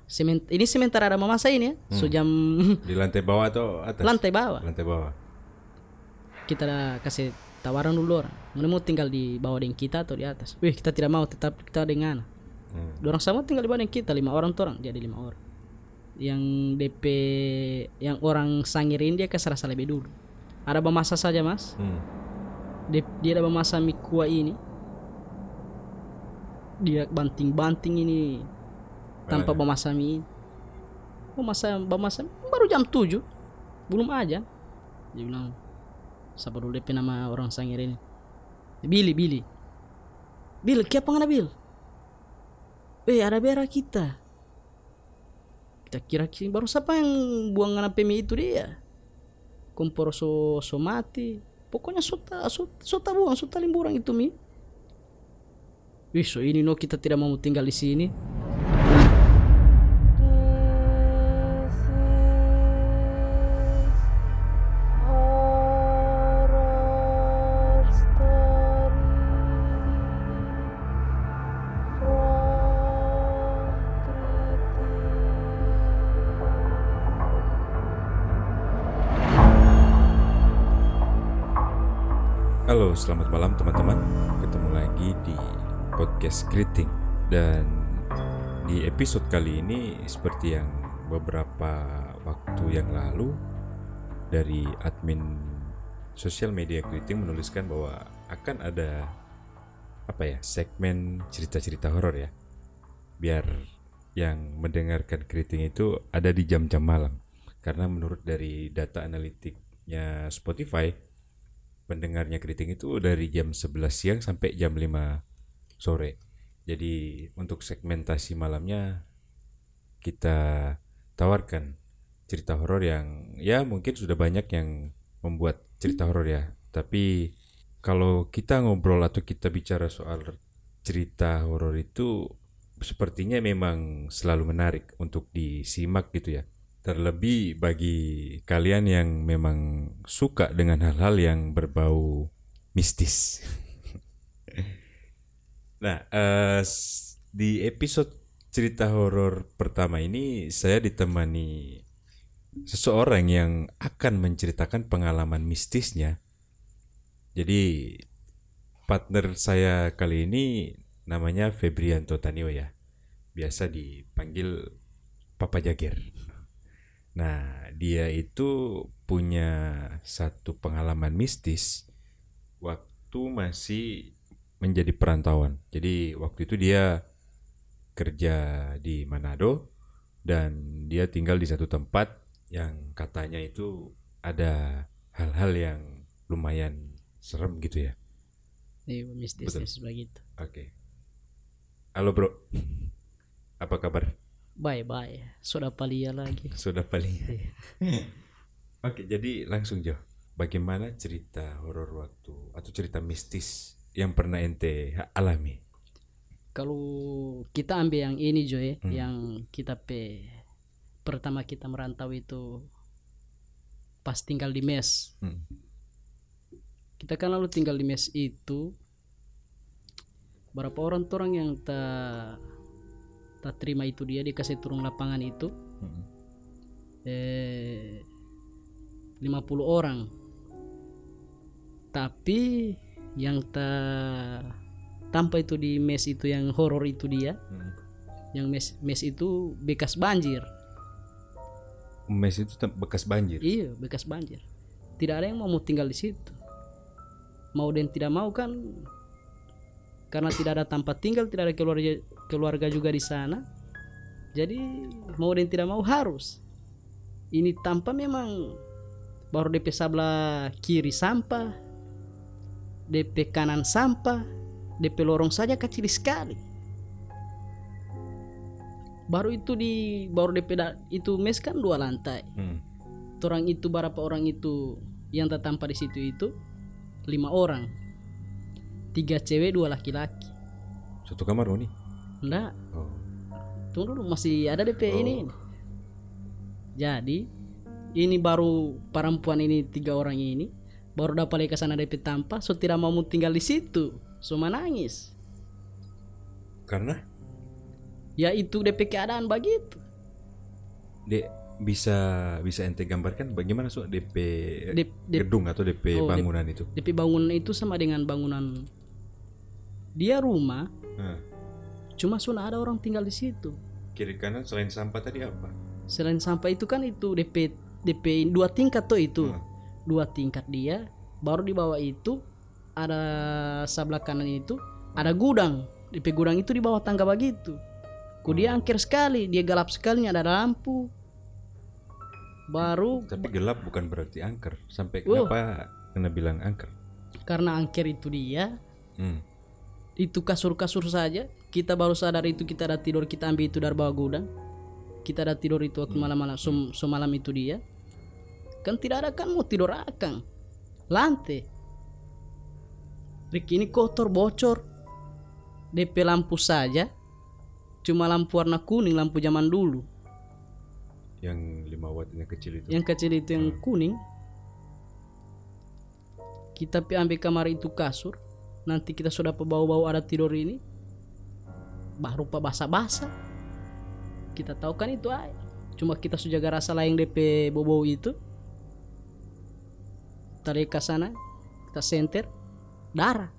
Ini sementara ada mama saya ini ya. So jam Di lantai bawah atau atas? lantai bawah. Lantai bawah. Kita kasih tawaran dulu orang. Mau tinggal di bawah dengan kita atau di atas? Wih, kita tidak mau, tetap kita dengan. Dorang sama tinggal di bawah dengan kita 5 orang tuh orang, jadi 5 orang. Yang DP yang orang sangirin dia serasa lebih dulu. Ada memasak saja mas. Dia ada memasak mie kuah ini. Dia banting-banting ini tanpa memasak mie. Memasak baru jam 7 belum aja. Dia bilang sabar dulu DP nama orang sangir ini. Billy, kenapa ngana Bill? Ada berak kita. Kita kira baru siapa yang buang ngana mie itu dia. Kompor so mati. Pokoknya sota buang, sota limburang itu mie. So ini kita tidak mau tinggal di sini. Halo, selamat malam teman-teman. Ketemu lagi di podcast Greeting. Dan di episode kali ini, seperti yang beberapa waktu yang lalu, dari admin sosial media Greeting menuliskan bahwa akan ada segmen cerita-cerita horor ya, biar yang mendengarkan Greeting itu ada di jam-jam malam. Karena menurut dari data analitiknya Spotify, pendengarnya Greeting itu dari jam 11 siang sampai jam 5 sore. Jadi untuk segmentasi malamnya kita tawarkan cerita horor yang ya mungkin sudah banyak yang membuat cerita horor ya. Tapi kalau kita ngobrol atau kita bicara soal cerita horor itu sepertinya memang selalu menarik untuk disimak gitu ya. Terlebih bagi kalian yang memang suka dengan hal-hal yang berbau mistis. Nah, di episode cerita horor pertama ini saya ditemani seseorang yang akan menceritakan pengalaman mistisnya. Jadi partner saya kali ini namanya Febrianto Tanio ya. Biasa dipanggil Papa Jager. Nah, dia itu punya satu pengalaman mistis waktu masih menjadi perantauan. Jadi waktu itu dia kerja di Manado dan dia tinggal di satu tempat yang katanya itu ada hal-hal yang lumayan serem gitu ya. Iya, mistis begitu. Oke. Halo bro, apa kabar? Bye. Sudah palia lagi. Oke, jadi langsung Jo. Bagaimana cerita horor waktu atau cerita mistis yang pernah ente alami? Kalau kita ambil yang ini Jo yang kita pertama kita merantau itu pas tinggal di mes. Kita kan lalu tinggal di mes itu berapa orang yang tak terima itu dia dikasih turun lapangan itu 50 orang, tapi yang tanpa itu di mes itu yang horor itu dia yang mes itu bekas banjir. Mes itu bekas banjir? Iya, bekas banjir. Tidak ada yang mau tinggal di situ, mau dan tidak mau kan, karena tidak ada tempat tinggal, tidak ada keluarga juga di sana. Jadi mau dan tidak mau harus ini tanpa memang baru DP sebelah kiri sampah, DP kanan sampah, DP lorong saja kecil sekali. Baru DP itu mes kan 2 lantai. Orang itu berapa orang itu yang tertampak di situ itu 5 orang. 3 cewek 2 laki-laki. Satu kamar nih? Enggak. Tunggu dulu, masih ada DP ini. Jadi ini baru perempuan ini 3 orang ini baru dapat ke sana DP tanpa, so tidak mau tinggal di situ, so menangis. Karena? Ya itu DP keadaan begitu. Dek, bisa ente gambarkan bagaimana so DP gedung atau DP Oh, bangunan itu? DP bangunan itu sama dengan bangunan dia rumah, Nah, cuma sudah ada orang tinggal di situ. kiri kanan selain sampah tadi apa? Selain sampah itu kan itu DP 2 tingkat tuh itu. Hmm. 2 tingkat dia, baru di bawah itu ada sebelah kanan itu ada gudang. DP gudang itu di bawah tangga begitu. Dia angker sekali, dia gelap sekali, ada lampu. Baru Tapi gelap bukan berarti angker. Sampai Oh. kenapa kena bilang angker? karena angker itu dia, Hmm. itu kasur-kasur saja. Kita baru sadar itu kita ada tidur, kita ambil itu dari bawah gudang. Kita ada tidur itu waktu malam-malam, semalam itu dia. Kan tidak ada kan mau tidur akang. Lantai. Rik ini kotor bocor. DP lampu saja cuma lampu warna kuning, lampu zaman dulu. Yang 5 watt yang kecil itu. Yang kecil itu yang kuning. Kita ambil kamar itu kasur. Nanti kita sudah bau-bau ada tidur ini. Baru pak basah-basah. Kita tahu kan itu air. Cuma kita sudah jaga rasa lain DP bau itu. Tarik ke sana, kita senter, darah.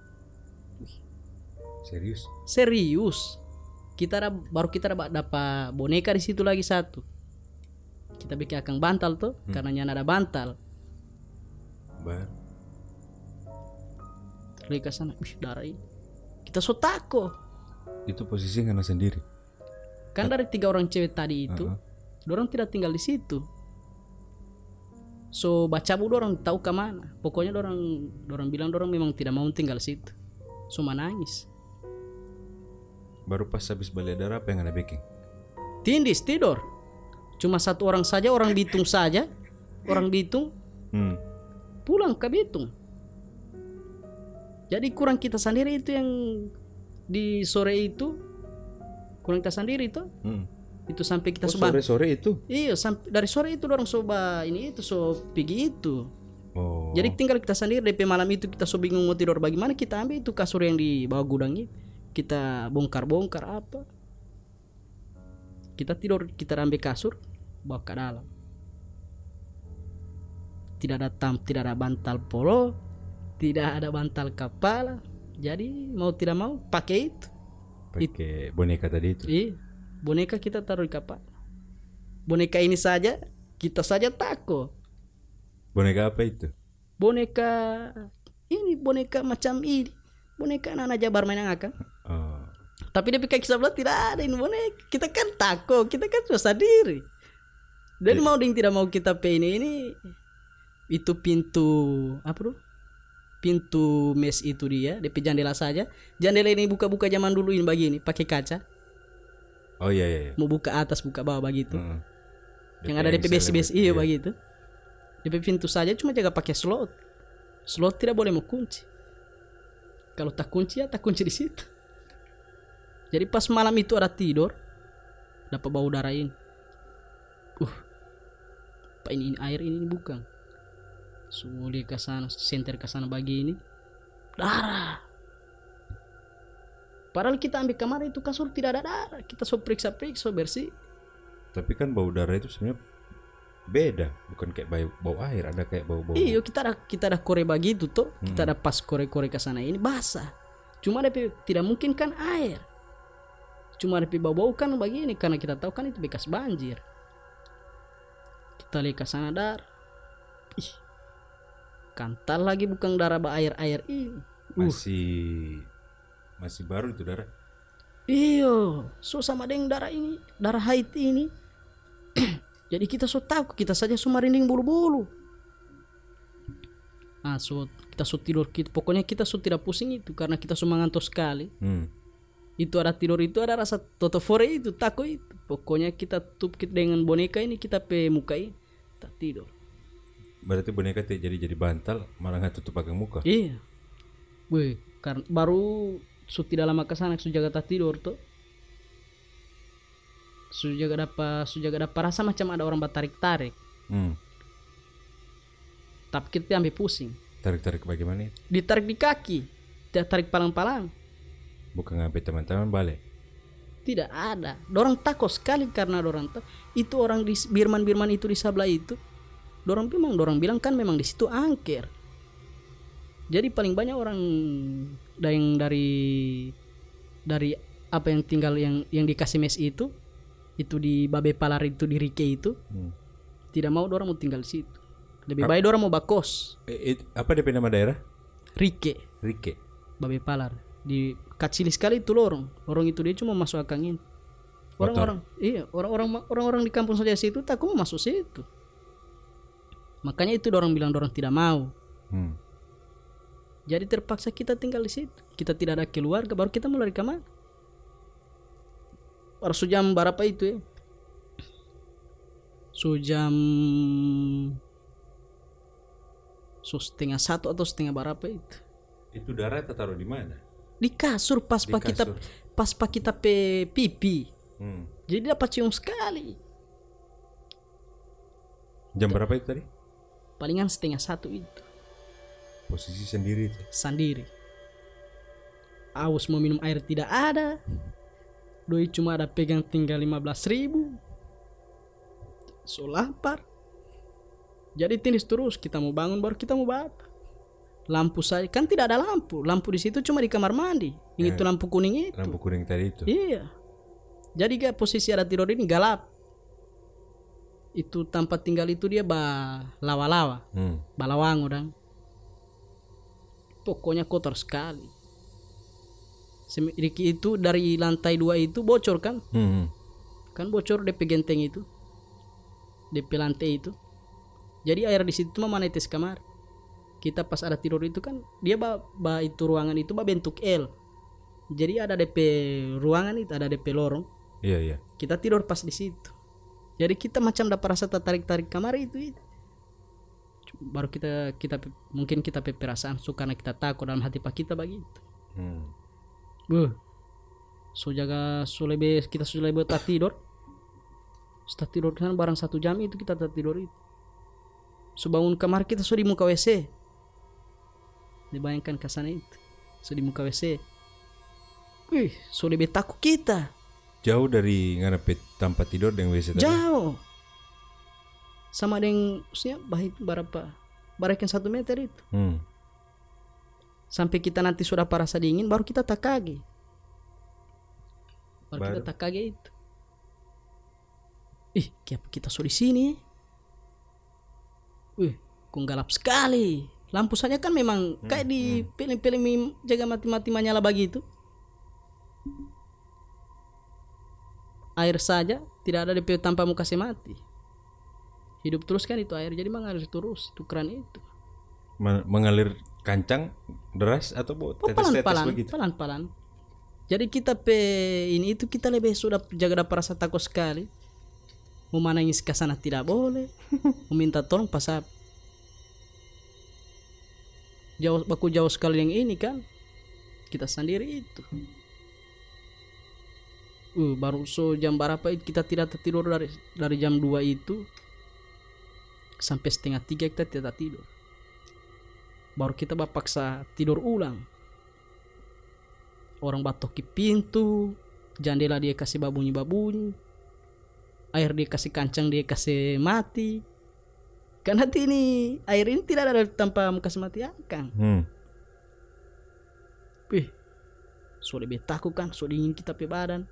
Serius? Baru kita dapat boneka di situ lagi satu. Kita bikin akang bantal tuh, karena nyana ada bantal. Tarik ke sana, darah ini. Kita so tako. Itu posisi ngana sendiri. Kan dari 3 orang cewek tadi itu, dorang tidak tinggal di situ. So baca bu dorang tahu ke mana. Pokoknya dorang bilang dorang memang tidak mau tinggal situ. So nangis. Baru pas habis balai darah apa yang ada baking? Tindis tidur. Cuma 1 orang saja, orang Bitung saja. Orang Bitung pulang ke Bitung. Jadi kurang kita sendiri itu yang di sore itu. Kurang kita sendiri itu. Itu sampai kita sore itu? Iya, dari sore itu dorang soba ini itu so pergi itu. Jadi tinggal kita sendiri. DP malam itu kita so bingung mau tidur bagaimana, kita ambil itu kasur yang di bawah gudang itu. Kita bongkar-bongkar apa. Kita tidur, kita ambil kasur, bawa ke dalam. Tidak ada bantal polo, tidak ada bantal kepala. Jadi mau tidak mau pakai itu. Pakai boneka tadi itu. Iya, boneka kita taruh di kepala. Boneka ini saja kita saja takut. Boneka apa itu? Boneka macam ini. Boneka anak Jabar main akang. Tapi dia pakai kisah belah tidak ada ini boneka. Kita kan takut, kita kan susah diri. Dan mau ding tidak mau kita ini itu pintu apa tuh? Pintu mes itu dia, DP jendela saja. Jendela ini buka-buka zaman dulu ini begini, pakai kaca. Oh iya. Mau buka atas, buka bawah begitu. Yang ada DP besi-besi iya begitu. DP pintu saja cuma jaga pakai slot. Slot tidak boleh mau kunci. Kalau tak kunci ya tak kunci di situ. Jadi pas malam itu ada tidur, dapat bau darah ini. Apa ini air ini bukan. Sulit ke sana, senter ke sana bagi ini. Darah. Padahal kita ambil kamar itu kasur tidak ada darah. Kita so periksa-periksa bersih. Tapi kan bau darah itu sebenarnya beda, bukan kayak bau air, ada kayak bau-bau. Iya, kita ada kore begitu tuh. Kita ada pas kore-kore ke sana ini basah. Cuma tidak mungkin kan air. Cuma ada bau-bau kan begini karena kita tahu kan itu bekas banjir. Kita lihat ke sana darah. Kantal lagi bukan darah air ini. Masih baru itu darah. Iyo, so sama dengan darah ini, darah haid ini. Jadi kita so takut, kita saja so merinding bulu-bulu. Kita so tidur, pokoknya kita so tidak pusing itu karena kita so mengantuk sekali. Itu ada tidur itu ada rasa totofore itu takut itu. Pokoknya kita tutup dengan boneka ini, kita muka ini, kita tidur. Berarti boneka jadi bantal, malah nggak tutup pakai muka. Iya. Karena baru tidak lama kesana sudah jaga tidur tuh. Sudah dapat rasa macam ada orang bertarik-tarik. Tapi kita ambil pusing. Tarik-tarik bagaimana? Ditarik di kaki, tarik palang-palang. Bukan ngambil teman-teman balik. Tidak ada. Dorang takut sekali karena dorang tahu itu orang di Birman itu di sebelah itu. Dorang bilang kan memang di situ angker. Jadi paling banyak orang yang dari apa yang tinggal yang dikasih mes itu di Babe Palar itu di Rike itu. Tidak mau dorang mau tinggal di situ. Lebih baik dorang mau bakos. Apa DP nama daerah? Rike. Babe Palar. Di kecil sekali itu lorong itu dia cuma masuk akangin. Orang-orang di kampung saja situ tak mau masuk situ. Makanya itu orang bilang orang tidak mau. Jadi terpaksa kita tinggal di situ. Kita tidak ada keluarga, baru kita mulai ke mana? Baru sejam berapa itu ya? Sejam 1:30 atau 1:30 berapa itu? Itu darah taruh di mana? Di kasur pas kita pipi. Jadi dapat cium sekali. Jam berapa itu tadi? Palingan 1:30 itu. Posisi sendiri itu. Sendiri. Aus mau minum air tidak ada. Doi cuma ada pegang tinggal 15.000. So lapar. Jadi tindis terus kita mau bangun baru kita mau bata. Lampu saja kan tidak ada lampu di situ cuma di kamar mandi yang itu lampu kuning itu. Lampu kuning tadi itu. Iya. Jadi posisi ada tidur ini gelap. Itu tempat tinggal itu dia lawa-lawa, balawang orang. Pokoknya kotor sekali. Sedikit itu dari lantai 2 itu bocor kan? Kan bocor DP genteng itu, DP lantai itu. Jadi air di situ mah netes kamar. Kita pas ada tidur itu kan dia itu ruangan itu bentuk L. Jadi ada DP ruangan itu ada DP lorong. Iya. Kita tidur pas di situ. Jadi kita macam dapat rasa tertarik kamar itu. Baru kita mungkin kita perasaan suka karena kita takut dalam hati pak kita begitu. Kita sudah lebih tak tidur. Setelah tidur kan barang 1 jam itu kita tak tidur itu. Bangun kamar kita sudah di muka WC. Dibayangkan ke sana itu. Sudah di muka WC. Sudah lebih takut kita. Jauh dari ngarep tempat tidur dengan WC tadi? Jauh. Sama dengan maksudnya berapa? Barakan 1 meter itu. Sampai kita nanti sudah parasa dingin baru kita tak kage. Kita tak kage itu. Kenapa kita sudah di sini? Kok gelap sekali. Lampu saja kan memang kayak di film-film jaga mati-mati menyala begitu. Air saja tidak ada DP tanpa muka mati. Hidup terus kan itu air, jadi mengalir terus itu keran itu. Mengalir kencang, deras atau tetes-tetes begitu? Pelan-pelan. Jadi kita ini itu kita lebih sudah jaga dapat rasa takut sekali. Mau menangis ke sana tidak boleh. Meminta tolong pasap. Jauh sekali yang ini kan. Kita sendiri itu. Baru jam berapa itu kita tidak tidur dari jam 2 itu sampai 2:30 kita tidak tidur. Baru kita paksa tidur ulang. Orang batok ke pintu, jendela dia kasih babunyi, air dia kasih kancang dia kasih mati. Karena ini air ini tidak ada tanpa kasih mati akang. Sudah lebih takut kan, sudah dingin kita pe badan.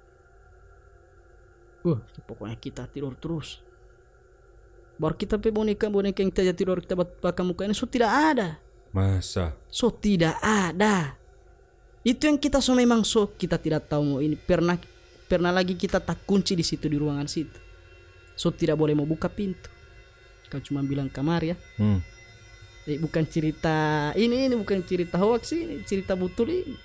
Pokoknya kita tidur terus. Baru kita pe boneka yang kita tidur kita bakal muka ini tidak ada. Masa? Tidak ada. Itu yang kita memang kita tidak tahu mau ini pernah lagi kita tak kunci di situ di ruangan situ. Tidak boleh mau buka pintu. Kau cuma bilang kamar ya. Bukan cerita ini bukan cerita hoax ini, cerita betul ini.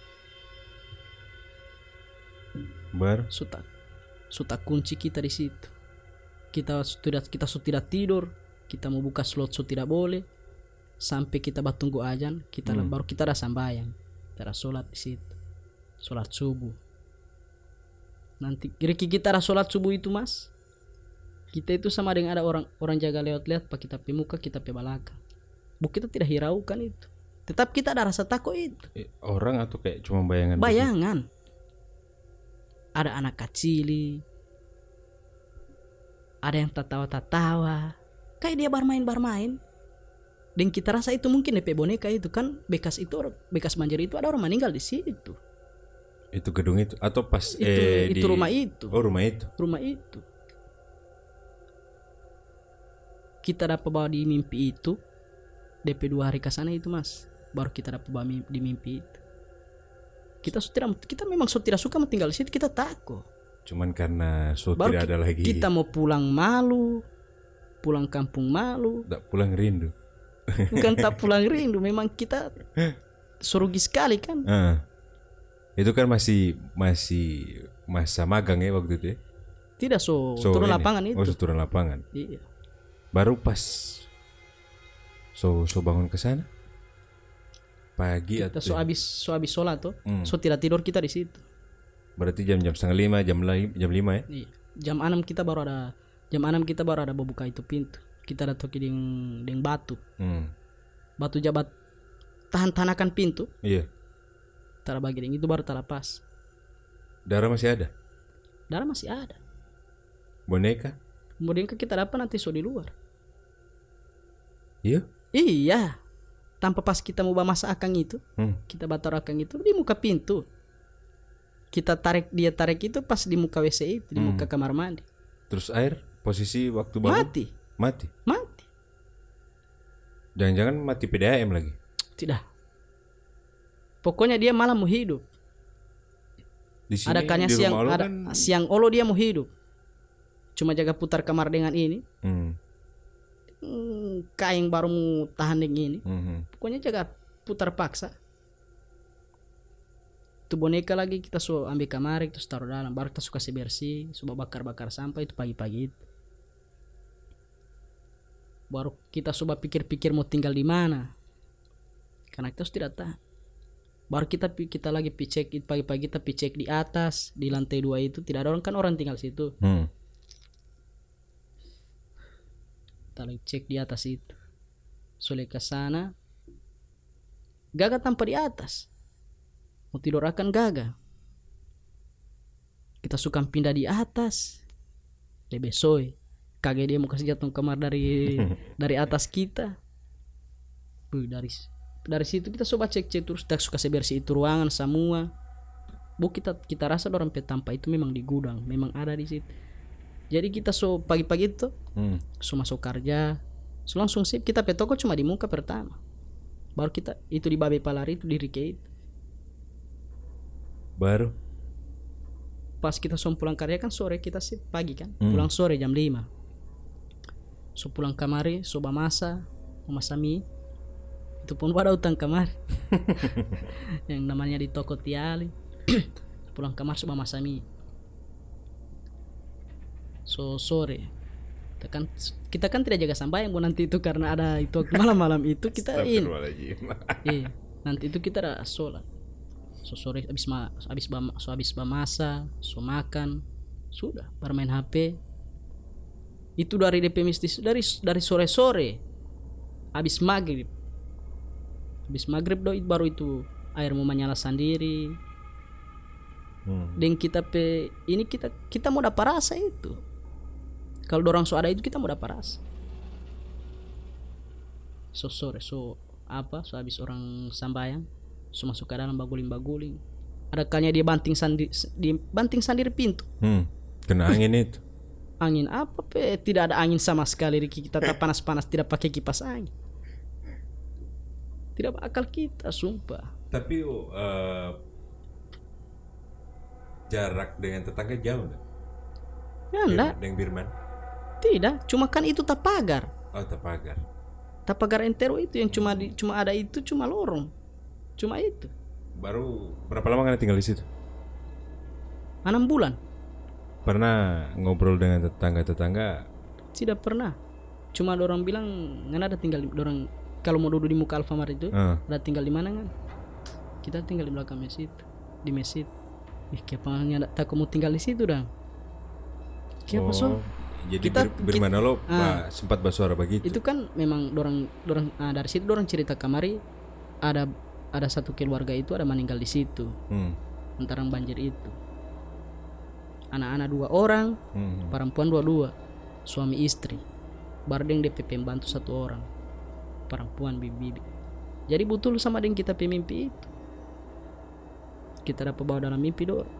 Sudah kunci kita di situ. Kita sudah tidur, kita mau buka slot tidak boleh. Sampai kita tunggu ajan, baru kita ada sambayang. Kita ada sholat di situ. Sholat subuh. Nanti kita ada sholat subuh itu mas. Kita itu sama dengan ada orang jaga lewat lihat pak kita pe muka kita pe belakang. Kita tidak hiraukan itu. Tetap kita ada rasa takut itu. Orang atau kayak cuma bayangan? Bayangan. ada anak kecil, ada yang tertawa-tertawa, kayak dia bermain. Dan kita rasa itu mungkin DP boneka itu kan bekas banjir itu ada orang meninggal di situ. Itu gedung itu atau pas Itu rumah itu. Oh, rumah itu. Rumah itu. Kita dapat bawa di mimpi itu. DP 2 hari ke sana itu, Mas. Baru kita dapat bawa di mimpi itu. Kita memang tidak suka tinggal di situ, kita takut. Cuman karena Baru tidak ada lagi. Kita mau pulang malu. Pulang kampung malu. Tak pulang rindu. Bukan tak pulang rindu, memang kita serugi sekali kan. Itu kan masih masa magang ya waktu itu ya? Tidak turun lapangan itu. Oh, turun lapangan. Iya. Baru pas bangun ke sana pagi Kita atau habis sholat tuh. Tidak tidur kita di situ. Berarti jam 4:30 jam 5 ya? Iya. Jam 6 kita baru ada buka itu pintu. Kita ada toki dengan batu. Batu jabat tahan-tanakan pintu. Iya. Tara bagi itu baru terlepas. Darah masih ada? Darah masih ada. Boneka kita dapat nanti di luar. Iya? Iya. Tanpa pas kita mau masa akang itu, kita batar akang itu di muka pintu. Dia tarik itu pas di muka WC itu, di muka kamar mandi. Terus air posisi waktu bangun? Mati. Jangan-jangan mati PDAM lagi? Tidak. Pokoknya dia malah mau hidup. Di sini, ada kanya siang olo dia mau hidup. Cuma jaga putar kamar dengan ini. Kain baru mau tahan dengan ini. Pokoknya jaga putar paksa. Itu boneka lagi kita ambil kamar itu taruh dalam. Baru kita suka bersih, coba bakar sampah itu pagi-pagi itu. Baru kita coba pikir-pikir mau tinggal di mana. Karena kita tidak tahu. Baru kita lagi cek pagi-pagi kita cek di atas, di lantai 2 itu tidak ada orang tinggal situ. Kita lagi cek di atas itu. Soleh ke sana. Gaga tanpa di atas. Mau tidur akan gaga. Kita suka pindah di atas. Lebih soy. Kagak dia mau kasih jatuh kamar dari atas kita. Dari situ kita coba cek terus kita suka bersih itu ruangan semua. Kita rasa orang petampa itu memang di gudang, memang ada di situ. Jadi kita pagi-pagi itu masuk kerja, langsung sip kita petoko cuma di muka pertama. Baru kita itu di Babe Palari itu di Rike itu. Baru pas kita pulang kerja kan sore kita sip pagi kan, pulang sore jam 5. Pulang kamari, soba masa mie. Itu pun pada utang kamar. Yang namanya di toko Tiali. Pulang kamar soba masa mie. Sore. Kita kan tidak jaga sambayang nanti itu karena ada itu malam-malam itu kita nanti itu kita ada sholat. Sore habis bamasa, makan, sudah bermain HP. Itu dari DP mistis dari sore habis maghrib baru itu air mau menyala sendiri. Dan kita mau dapat rasa itu. Kalau dorang ada itu kita mau dapat rasa. Sore habis orang sambayang, masuk ke dalam baguling. Ada kalanya dia banting sendiri pintu. Kena angin itu. Angin apa tidak ada angin sama sekali. Kita tak panas-panas tidak pakai kipas angin. Tidak akal kita sumpah. Tapi jarak dengan tetangga jauh enggak? Ya enggak. Dengan Birman? Tidak, cuma kan itu tak pagar. Oh, tak pagar. Tak pagar entero itu yang cuma ada itu cuma lorong. Cuma itu. Baru berapa lama kalian tinggal di situ? 6 bulan. Pernah ngobrol dengan tetangga-tetangga? Tidak pernah. Cuma orang bilang nggak ada tinggal orang kalau mau duduk di muka Alfamart itu, ada tinggal di mana kan? Kita tinggal di belakang masjid, di masjid. Kepalanya tak mau tinggal di situ dah. Kenapa Jadi Birman lo sempat bersuara begitu. Itu kan memang dorang dari situ dorang cerita kamari ada satu keluarga itu ada meninggal di situ. Antara banjir itu. Anak-anak 2 orang, Hmm. perempuan 2-2, suami istri. Bardeng DP pembantu 1 orang, perempuan bibi-bibi. Jadi betul sama dengan kita pemimpi itu. Kita dapat bawa dalam mimpi dor.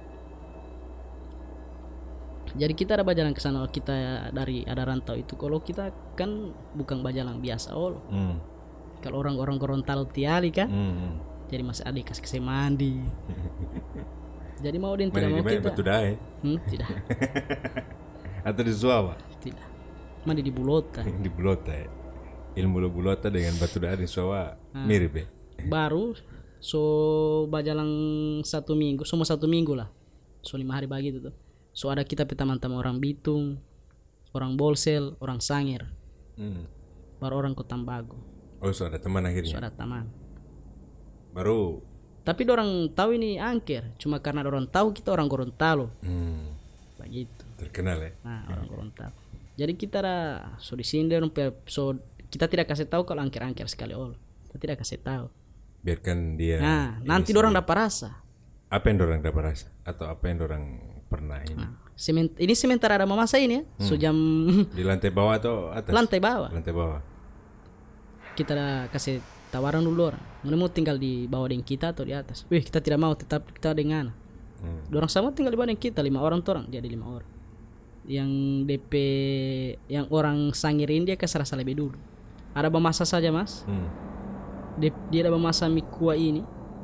Jadi kita ada berjalan ke sana, kita dari ada rantau itu. Kalau kita kan bukan berjalan biasa Hmm. Kalau orang-orang Gorontalo tiali kan. Hmm. Jadi masih ada kasih mandi. Jadi mau dan tidak Mandi mau di kita. Batu Dae Tidak, atau di Suawa? tidak. Mandi di Bulota. Di Bulota ya. Ilmu Bulota dengan Batu Dae di Suawa mirip ya. Baru so berjalan 1 minggu, semua 1 minggu lah. So 5 hari begitu tuh. So ada kita teman-teman orang Bitung, orang Bolsel, orang Sangir, Hmm. baru orang Kota Tambago. Oh, so ada teman So akhirnya. ada teman. Baru. Tapi orang tahu ini angker, cuma karena orang tahu kita orang Gorontalo, Hmm. begitu. Terkenal ya. Nah, orang Gorontalo. Jadi kita so di sini so kita tidak kasih tahu kalau angker-angker sekali kita tidak kasih tahu. Biarkan dia. Nah, ini nanti sendiri. orang dapat rasa. Apa yang dorang dapat rasa atau apa yang dorang pernah ini Ini sementara ada mama saya ini ya, so jam di lantai bawah atau atas? lantai bawah. Lantai bawah. Kita kasih tawaran dulu orang. Mau tinggal di bawah dengan kita atau di atas? Wih, kita tidak mau, tetap kita dengan. Dorang sama tinggal di bawah dengan kita 5 orang tuh orang, jadi 5 orang. Yang DP yang orang Sangirin dia serasa lebih dulu. Ada masa saja mas. Dia ada masa mikua ini.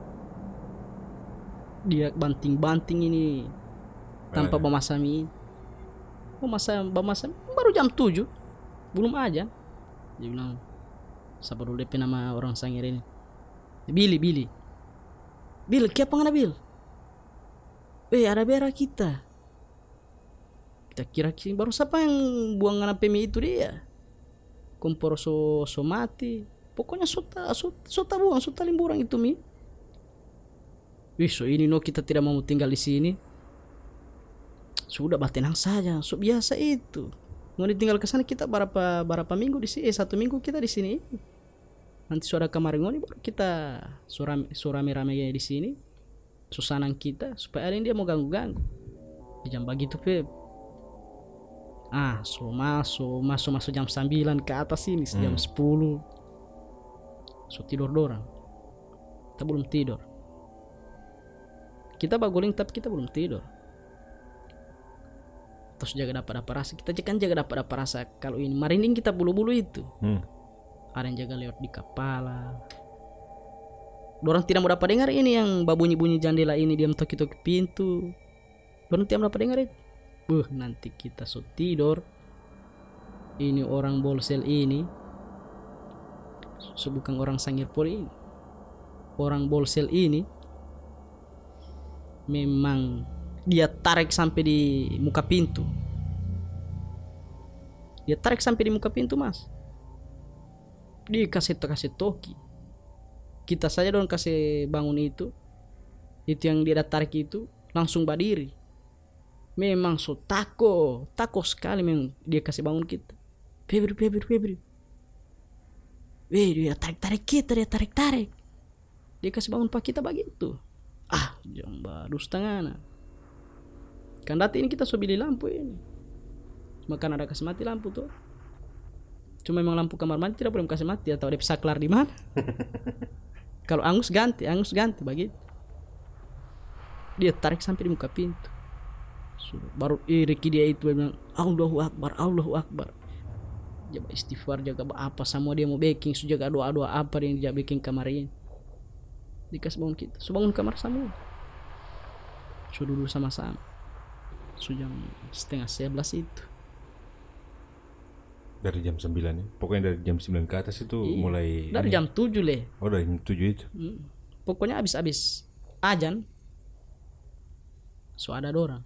Dia banting-banting ini tanpa memasak mie. Memasak baru jam 7 belum aja. Dia bilang siapa dulu DP nama orang Sangir ini, Billy, kiapa ngana Bil? Ada berak kita kira baru siapa yang buang ngana pemi itu dia. Kompor so mati. Pokoknya sota buang, sota limburang itu mi. So ini kita tidak mau tinggal di sini. Sudah tenang saja, so biasa itu. Mau ditinggal ke sana kita berapa minggu di sini, 1 minggu kita di sini. Nanti suara kamar ngoni baru kita rame-rame di sini. Susanan kita supaya ada yang dia mau ganggu-ganggu. Di jam begitu Pep. So masuk jam 9 ke atas ini, jam 10. So tidur dorang. Kita belum tidur. Kita baguling tapi kita belum tidur. Terus jaga dapat rasa. Kita kan jaga dapat rasa kalau ini marinding kita bulu-bulu itu. Ada yang jaga lewat di kepala. Dorang tidak mau dapat dengar ini yang babunyi-bunyi jendela ini, dia toki-toki pintu. Dorang tidak dapat dengar itu. Nanti kita so tidur. Ini orang Bolsel ini. So bukan orang Sangir Poli ini. Orang Bolsel ini memang dia tarik sampai di muka pintu. Dia tarik sampai di muka pintu mas. Dia kasih toki. Kita saja dong kasih bangun itu yang dia tarik itu langsung berdiri. Memang so tako sekali memang dia kasih bangun kita. Febri. Dia tarik kita, dia tarik. Dia kasih bangun pak kita begitu. Jam baru setengah. Kan dati ini kita so beli lampu ini. Cuma kan ada kasih mati lampu tuh. Cuma memang lampu kamar mandi tidak boleh kasih mati atau ada saklar di mana. Kalau angus ganti begitu. Dia tarik sampai di muka pintu. Baru Ricky dia itu bilang Allahu Akbar. Jaga istighfar, jaga apa semua dia mau baking, jaga doa apa yang dia baking kamar ini. Dikasih bangun kita, bangun kamar semua. Duduk sama-sama. Jam 10:30 itu. Dari jam 9 ya. Pokoknya dari jam 9 ke atas itu mulai dari jam 7 leh. Oh, dari jam 7 itu. Pokoknya habis ajan. So ada dorang.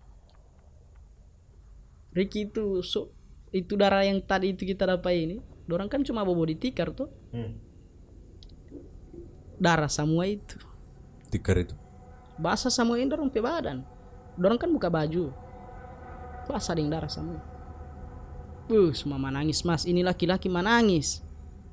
Ricky itu itu darah yang tadi itu kita dapat ini. Dorang kan cuma bobo di tikar tuh. Darah semua itu. Tikar itu. Basah semua ini dorang pe badan. Dorang kan buka baju. Basah dengan darah semua. Semua menangis mas. Ini laki-laki menangis.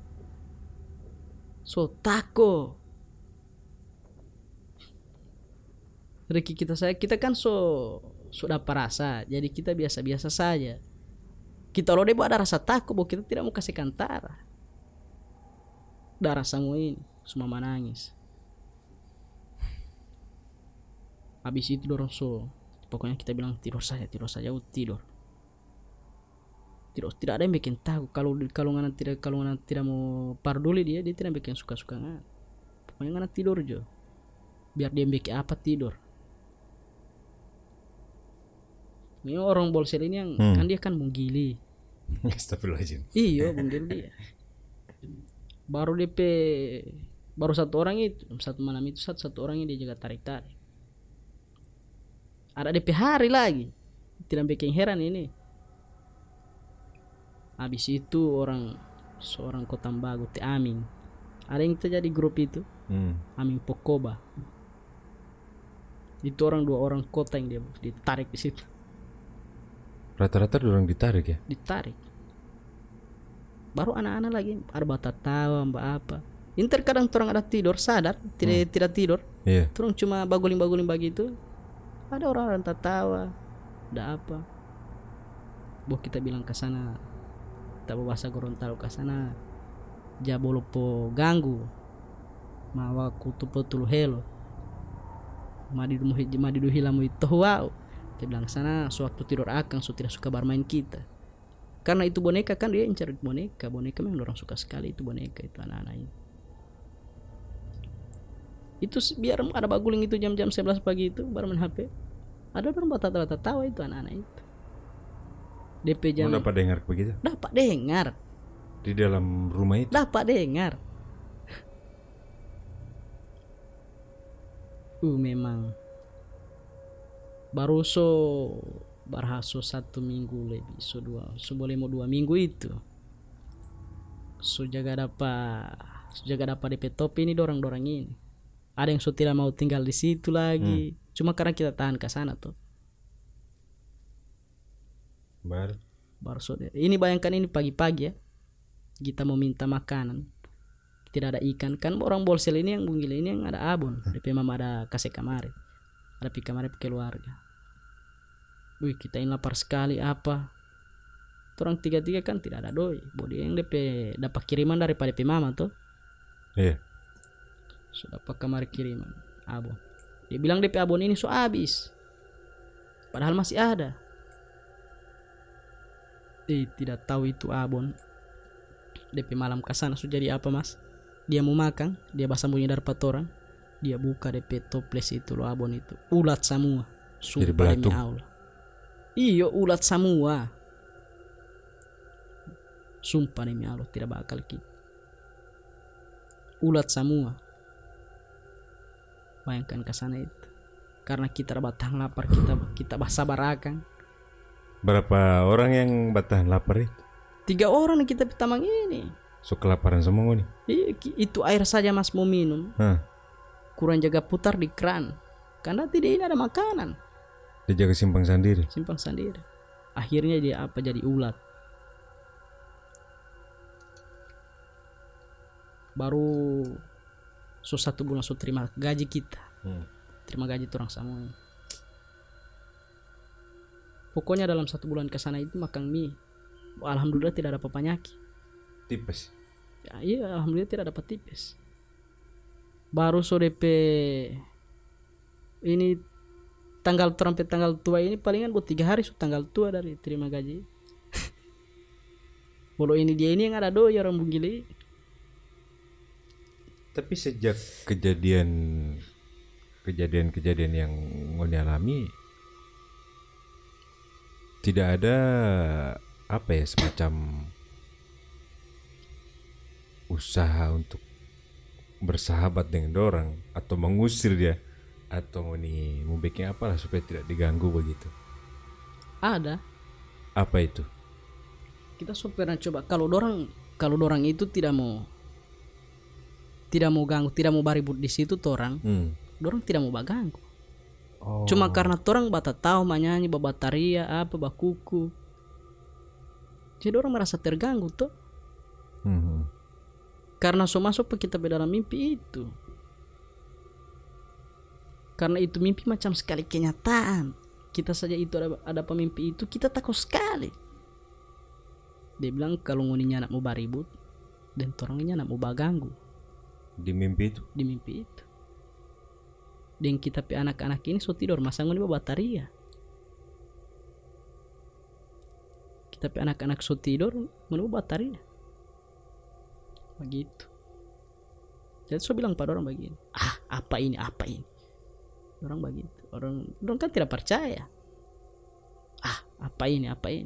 So tako. Ricky kita kan so sudah perasa, jadi kita biasa-biasa saja. Kita lo debo ada rasa takut bahwa kita tidak mau kasih kantara. Darah semua ini, semua menangis. Habis itu dorong pokoknya kita bilang tidur saja, tidur. Tidak ada yang bikin takut. Kalau ngana tidak mau peduli dia tidak bikin suka-suka ngana. Pokoknya ngana tidur jo. Biar dia bikin apa tidur. Ini orang Bolsel ini yang kan dia kan menggili. Astagfirullahaladzim. Iya, menggili dia. Baru satu orang itu, satu malam itu satu orang yang dia jaga tarik-tarik. Ada DP hari lagi. Tidak bikin heran ini. Habis itu seorang kota Bagu Te Amin. Ada yang terjadi grup itu. Amin Pokoba. Itu dua orang kota yang dia ditarik di situ. Rata-rata orang ditarik ya? Ditarik. Baru anak-anak lagi ada bata tawa mbak apa. Ini terkadang orang ada tidur sadar, tidak tidur. Iya. Orang cuma baguling-baguling begitu. Ada orang tertawa. Ada apa? Boh kita bilang ke sana. Tak bahasa Gorontalo ke sana. Jabolo po ganggu. Mawa kutupo tulu helo. Madidu hilamu itu wow. Dia bilang sana sewaktu tidur akang tidak suka bermain kita. Karena itu boneka kan dia incar boneka memang orang suka sekali itu boneka itu anak-anak ini. Itu biar ada baguling itu jam-jam 11 pagi itu baru main HP. Ada orang bata-bata tawa itu anak-anak itu. DP jam. Dapat dengar begitu? Dapat dengar. Di dalam rumah itu? Dapat dengar. Memang baru barhaso 1 minggu lebih boleh mau 2 minggu itu jaga dapat DP topi ini dorang ini ada yang tidak mau tinggal di situ lagi cuma karena kita tahan ke sana tuh baru ini bayangkan ini pagi-pagi ya kita mau minta makanan tidak ada ikan kan orang Bolsel ini yang bunggil ini yang ada abon DP mama ada kasih kamar ada pi kamar keluarga. Wih kita ini lapar sekali apa. Orang 3 kan tidak ada doi. Bodi yang dapat kiriman daripada DP mama tuh. Iya. Sudah dapat kamar kiriman abon. Dia bilang DP abon ini habis. Padahal masih ada. Tidak tahu itu abon. DP malam kesana sudah jadi apa mas? Dia mau makan, dia sembunyi dari orang. Dia buka DP toples itu loh abon itu. Ulat semua. Sumpah demi Allah. Iyo ulat semua. Sumpah demi Allah tidak bakal kita. Ulat semua. Bayangkan ke sana itu. Karena kita batang lapar kita sabar akan. Berapa orang yang batang lapar itu? 3 orang kita pitamang ini. So kelaparan semua nih. Itu air saja mas mau minum. Kurang jaga putar di keran. Karena tidak ini ada makanan. Dia jaga simpang sendiri. Akhirnya dia jadi ulat. Baru 1 bulan terima gaji kita. Terima gaji orang semua. Pokoknya dalam 1 bulan ke sana itu makan mie. Alhamdulillah tidak ada penyakit. Tipes. Ya, iya alhamdulillah tidak dapat tipes. Baru DP ini tanggal tua ini palingan buat 3 hari tanggal tua dari terima gaji. Bolo ini dia ini yang ada doi orang bunggili. Tapi sejak kejadian yang ngoni alami tidak ada semacam usaha untuk bersahabat dengan orang atau mengusir dia atau ngoni mau bikin apalah supaya tidak diganggu begitu. Ada. Apa itu? Kita pernah coba kalau dorang itu tidak mau ganggu, tidak mau baribut di situ orang. Dorang tidak mau baganggu. Cuma karena orang bata tahu menyanyi babataria apa bakuku. Jadi orang merasa terganggu tuh. Karena masuk kita dalam mimpi itu. Karena itu mimpi macam sekali kenyataan. kita saja itu ada pemimpi itu, kita takut sekali. Dia bilang kalau ngoninya anak mau baribut dan torangnya anak mau baganggu Di mimpi itu. di mimpi itu. Dan kita pe anak-anak ini so tidur masang ngoni bawa bataria. Kita pe anak-anak so tidur ngoni bawa bataria. Begitu. Jadi so bilang pada orang begini, apa ini orang begitu, orang kan tidak percaya. Apa ini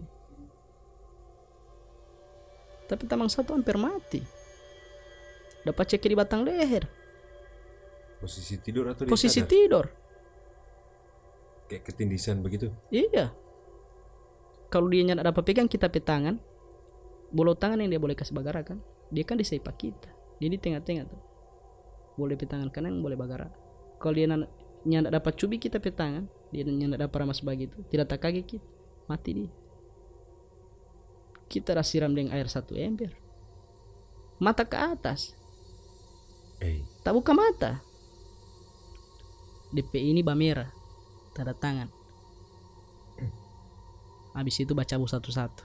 tapi tamang satu hampir mati, dapat cekik di batang leher, Posisi tidur atau posisi sadar? tidur. Kayak ketindisan begitu. Iya, kalau dia nyata dapat pegang kita pe tangan, bola tangan yang dia boleh kasih bagara kan, dia kan di sepak kita, dia di tengah-tengah tuh, boleh pe tangan kanan boleh bagara. Kalau dia nyata dapat cubi kita pe tangan, dia nyata dapat ramas begitu, tidak tak kaget kita, mati dia. Kita dah siram dengan air 1 ember, mata ke atas, tak buka mata, DP ini bamera, tanda tangan. Habis itu baca bu satu-satu.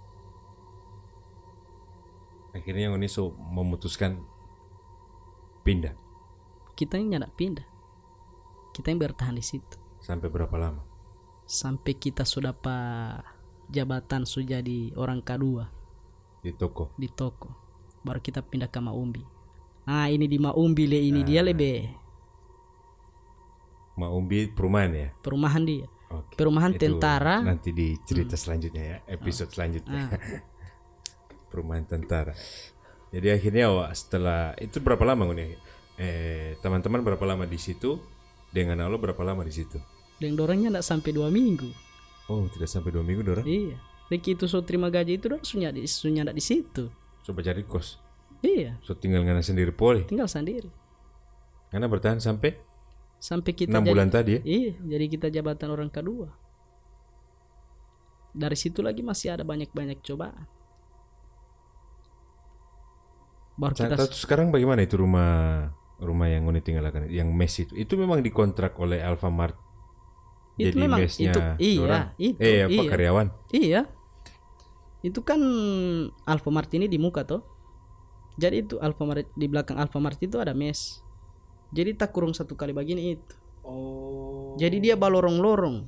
Akhirnya ngoni so memutuskan pindah. Kita ini nyadak pindah, kita yang bertahan di situ. Sampai berapa lama? Sampai kita sudah jabatan sudah jadi orang kedua Di toko. baru kita pindah ke Maumbi. Ini di Maumbi ini dia lebih Maumbi perumahan ya. perumahan dia. Oke. Perumahan Itu tentara. nanti di cerita selanjutnya ya, episode selanjutnya. Perumahan tentara. Jadi akhirnya setelah itu berapa lama ngoni? Teman-teman berapa lama di situ? Dengan Allah berapa lama di situ? Dan dorangnya enggak sampai 2 minggu. Oh, tidak sampai 2 minggu dorang. Iya. Riki itu so terima gaji itu dorang sunya di situ. Coba cari kos. Iya, So tinggal ngana sendiri poli. tinggal sendiri. Ngana bertahan sampai Kita 6 bulan tadi ya. Iya, jadi kita jabatan orang kedua. Dari situ lagi masih ada banyak-banyak cobaan. Baru kita Terus sekarang bagaimana itu rumah yang ngoni tinggalkan, yang mes itu memang dikontrak oleh Alfamart. itu Jadi memang mesnya itu dorang? iya, apa karyawan? Iya. Itu kan Alfamart ini di muka toh. Jadi itu Alfamart, di belakang Alfamart itu ada mes. Jadi tak kurung 1 kali begini itu. Oh. Jadi dia balorong-lorong.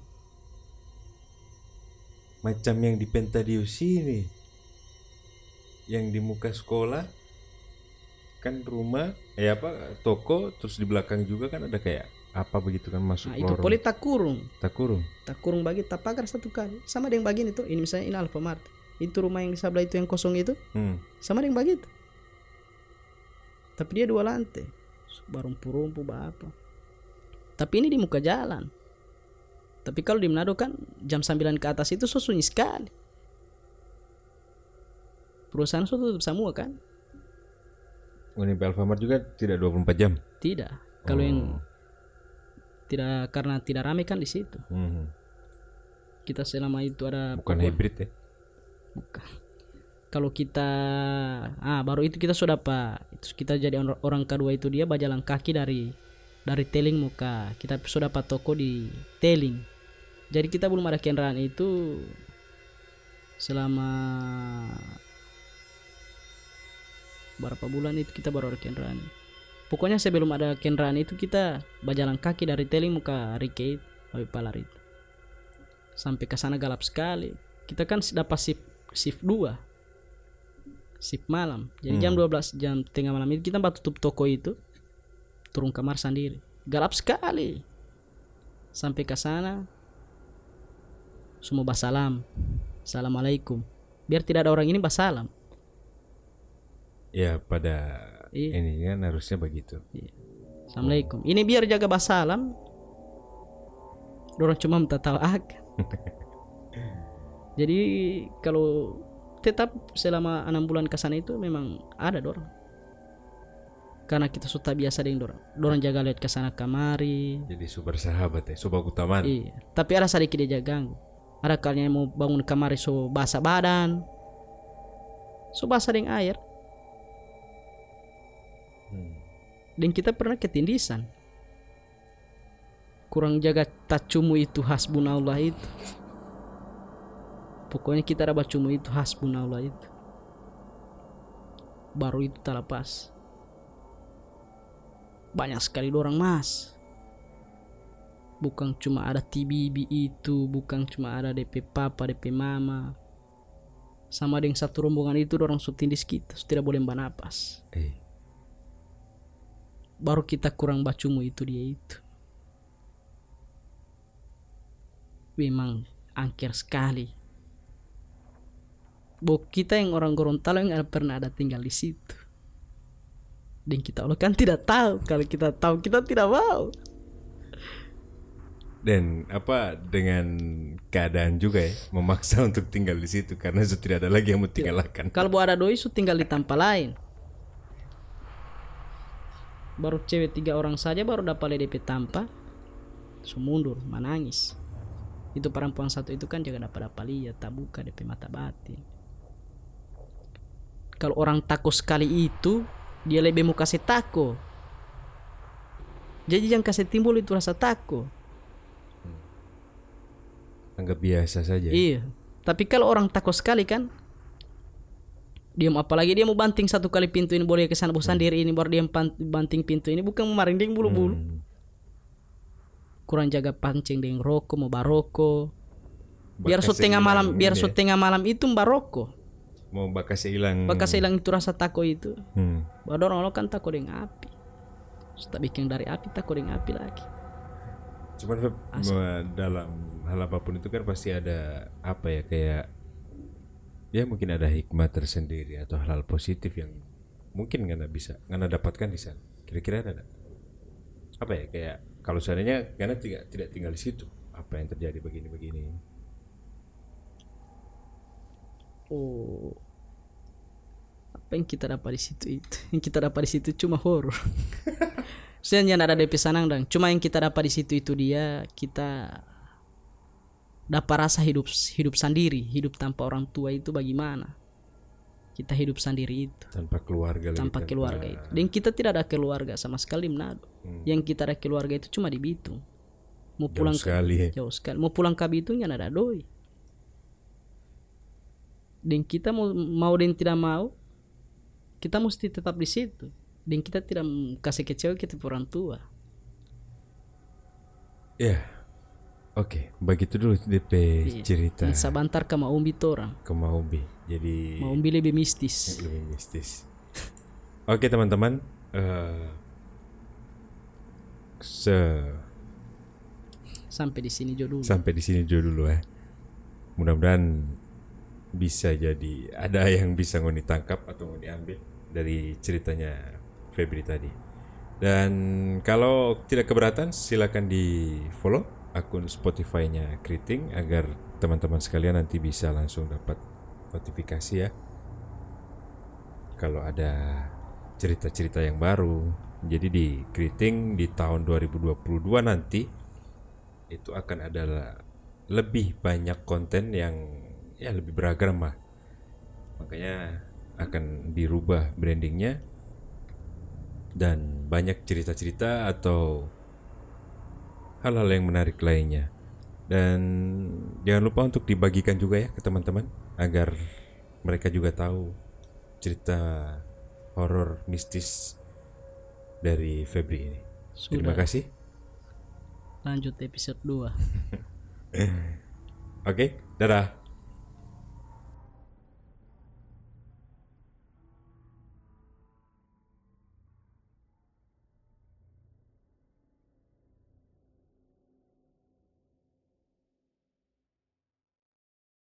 Macam yang di Pentadius ini. Yang di muka sekolah kan rumah toko, terus di belakang juga kan ada kayak apa begitu kan masuk Itu lorong. poli tak kurung. Tak kurung Bagi tak pagar 1 kali. Sama dengan begini tuh. Ini misalnya ini Alfamart. Itu rumah yang di sebelah itu yang kosong itu. Sama dengan begitu. Tapi dia 2 lantai. Barumpu-rumpu apa. Tapi ini di muka jalan. Tapi kalau di Manado kan jam 9 ke atas itu so sunyi sekali. Perusahaan so tutup semua kan. Ngoni Alfamart juga tidak 24 jam. Tidak. Kalau yang tidak, karena tidak ramai kan di situ. Kita selama itu ada Bukan hybrid ya. Bukan. Kalau kita baru itu kita sudah itu kita jadi orang kedua itu dia berjalan kaki dari Teling muka. Kita sudah toko di Teling. Jadi kita belum ada kendaraan itu selama berapa bulan itu kita baru ada kendaraan. Pokoknya sebelum ada kendaraan itu kita berjalan kaki dari Teling muka Rike Habib Palar itu. Sampai ke sana gelap sekali. Kita kan dapat shift 2. Shift malam. Jadi jam 12 jam tengah malam itu kita tutup toko itu. Turun kamar sendiri. Gelap sekali. Sampai ke sana semua basalam. Assalamualaikum. Biar tidak ada orang ini basalam. Ya pada ini kan harusnya begitu. Iya. Assalamualaikum. Ini biar jaga basalam. Dorang cuma minta tahu Jadi kalau tetap selama 6 bulan ke sana itu memang ada dorang. Karena kita sudah biasa dengan dorang. Dorang jaga lihat ke sana kamari. Jadi super sahabat ya, super utaman. Iya. Tapi ada sedikit dia ganggu. Ada kalian yang mau bangun kamari so basah badan. So basah dengan air. Dan kita pernah ketindisan. kurang jaga tacumu itu hasbunallah itu. Pokoknya kita ada bacumu itu hasbunallah itu. Baru itu tak lepas. Banyak sekali orang mas. Bukan cuma ada TBB itu, bukan cuma ada DP papa, DP mama. Sama dengan satu rombongan itu orang sutindis kita, tidak boleh bernapas. Baru kita kurang bacumu itu dia itu. Memang angker sekali. Kita yang orang Gorontalo yang pernah ada tinggal di situ. Dan kita Allah kan tidak tahu. Kalau kita tahu kita tidak mau. Dan apa dengan keadaan juga ya memaksa untuk tinggal di situ karena sudah tidak ada lagi yang mau tinggalkan. Kalau ada doi su tinggal di tempat lain. Baru cewek 3 orang saja baru dapat DP tanpa. Su mundur menangis. Itu perempuan satu itu kan juga dapat lihat tak buka DP mata batin. Kalau orang takut sekali itu dia lebih mau kasih takut. Jadi jangan kasih timbul itu rasa takut. Anggap biasa saja. Iya. Tapi kalau orang takut sekali kan, dia apalagi dia mau banting satu kali pintu ini boleh ke sana bosan diri ini baru dia banting pintu ini bukan memarinding bulu-bulu. Kurang jaga pancing dengan rokok mau baroko. Biar setengah malam itu baroko. Mau bakas hilang itu rasa takut itu. Baru orang kan takut dengan api. Sudah bikin dari api takut dengan api lagi. Cuman dalam hal apapun itu kan pasti ada apa ya kayak ya mungkin ada hikmah tersendiri atau hal-hal positif yang mungkin ngana dapatkan di sana. Kira-kira ada apa ya kayak kalau seandainya ngana tidak tinggal di situ apa yang terjadi begini. Oh, apa yang kita dapat di situ itu? Yang kita dapat di situ cuma horor. Sebenarnya ada DP sanang dan cuma yang kita dapat di situ itu dia kita dapat rasa hidup sendiri, hidup tanpa orang tua itu bagaimana? Kita hidup sendiri itu tanpa keluarga itu. Dan kita tidak ada keluarga sama sekali Manado. Yang kita ada keluarga itu cuma di Bitung. Mau pulang jauh sekali. Mau pulang ke Bitung ya ada doi. Dan kita mau dan tidak mau kita mesti tetap di situ. Dan kita tidak kasih kecewa kita orang tua. Ya, oke. Begitu dulu DP cerita. Sabantar ke Maumbi orang. Ke Maumbi. Jadi Maumbi lebih mistis. Oke teman-teman, sampai di sini dulu. Ya. Mudah-mudahan bisa jadi ada yang bisa ngoni tangkap atau ngoni ambil dari ceritanya Febri tadi. Dan kalau tidak keberatan silakan di follow akun Spotify-nya Kriting agar teman-teman sekalian nanti bisa langsung dapat notifikasi ya kalau ada cerita-cerita yang baru. Jadi di Kriting di tahun 2022 nanti itu akan ada lebih banyak konten yang ya lebih beragam lah. Makanya akan dirubah brandingnya dan banyak cerita-cerita atau hal-hal yang menarik lainnya. Dan jangan lupa untuk dibagikan juga ya ke teman-teman agar mereka juga tahu cerita horor mistis dari Febri ini. Terima kasih. Lanjut episode 2. Oke, dadah.